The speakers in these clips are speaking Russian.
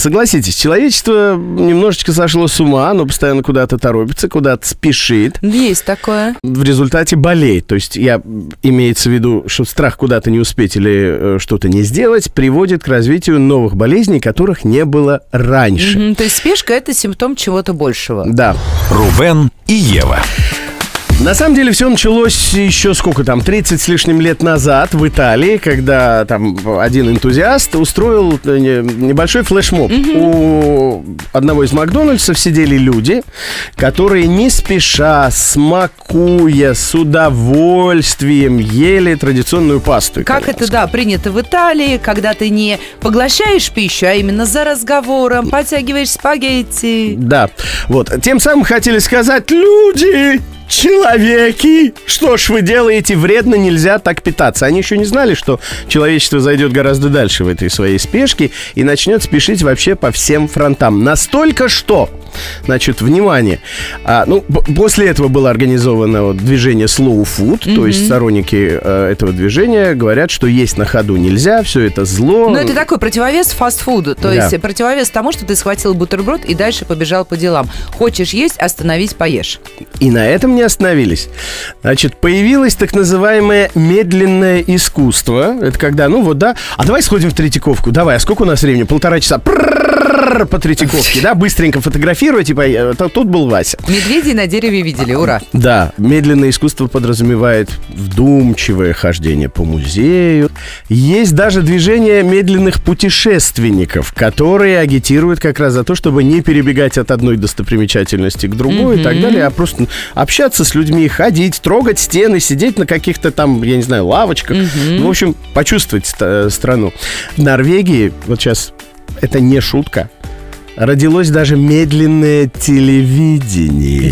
Согласитесь, человечество немножечко сошло с ума, оно постоянно куда-то торопится, куда-то спешит. Есть такое. В результате болеет. То есть имеется в виду, что страх куда-то не успеть или что-то не сделать приводит к развитию новых болезней, которых не было раньше. То есть спешка – это симптом чего-то большего. Да. Рубен и Ева. На самом деле все началось еще 30 с лишним лет назад в Италии, когда там один энтузиаст устроил небольшой флешмоб. У одного из Макдональдсов сидели люди, которые не спеша, смакуя, с удовольствием ели традиционную пасту. Как это, принято в Италии, когда ты не поглощаешь пищу, а именно за разговором подтягиваешь спагетти. Да, вот. Тем самым хотели сказать: люди... Человеки, что ж вы делаете, вредно, нельзя так питаться. Они еще не знали, что человечество зайдет гораздо дальше в этой своей спешке и начнет спешить вообще по всем фронтам. Настолько, что, значит, внимание, после этого было организовано движение Slow Food, то есть сторонники этого движения говорят, что есть на ходу нельзя, все это зло. Но это такой противовес фастфуду, то есть противовес тому, что ты схватил бутерброд и дальше побежал по делам. Хочешь есть, остановись, поешь. И на этом не остановились. Значит, появилось так называемое медленное искусство. Это когда, а давай сходим в Третьяковку. Давай, а сколько у нас времени? 1,5 часа. По Третьяковке, быстренько фотографировать, тут был Вася. Медведей на дереве видели, ура. Да, медленное искусство подразумевает вдумчивое хождение по музею. Есть даже движение медленных путешественников, которые агитируют как раз за то, чтобы не перебегать от одной достопримечательности к другой и так далее, а просто общаться с людьми, ходить, трогать стены, сидеть на каких-то там, я не знаю, лавочках. В общем, почувствовать страну. В Норвегии, вот сейчас, это не шутка, родилось даже медленное телевидение.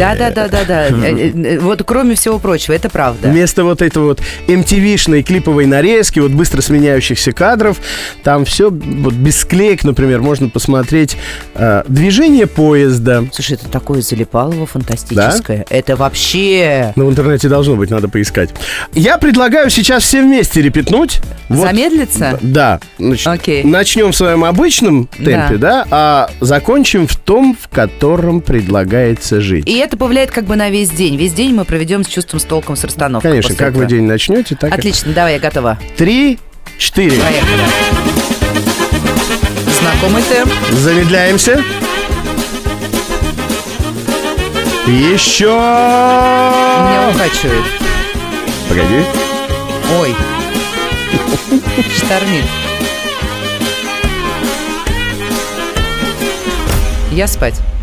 Да. Вот кроме всего прочего, это правда. Вместо вот этой вот MTV-шной клиповой нарезки, вот быстро сменяющихся кадров, там все вот без склеек, например, можно посмотреть движение поезда. Слушай, это такое залипалово фантастическое. Да? Это вообще... В интернете должно быть, надо поискать. Я предлагаю сейчас все вместе репетнуть. Замедлиться? Да. Окей. Начнем в своем обычном темпе, а закончим в том, в котором предлагается жить. И это повлияет как бы на весь день. Весь день мы проведем с чувством, с толком, с расстановкой. Конечно, как вы день начнете, так... Отлично, давай, я готова. 3, 4. Поехали. Знакомый темп. Замедляемся. Еще. Меня укачивает. Погоди. Ой. Штормит. Я спать.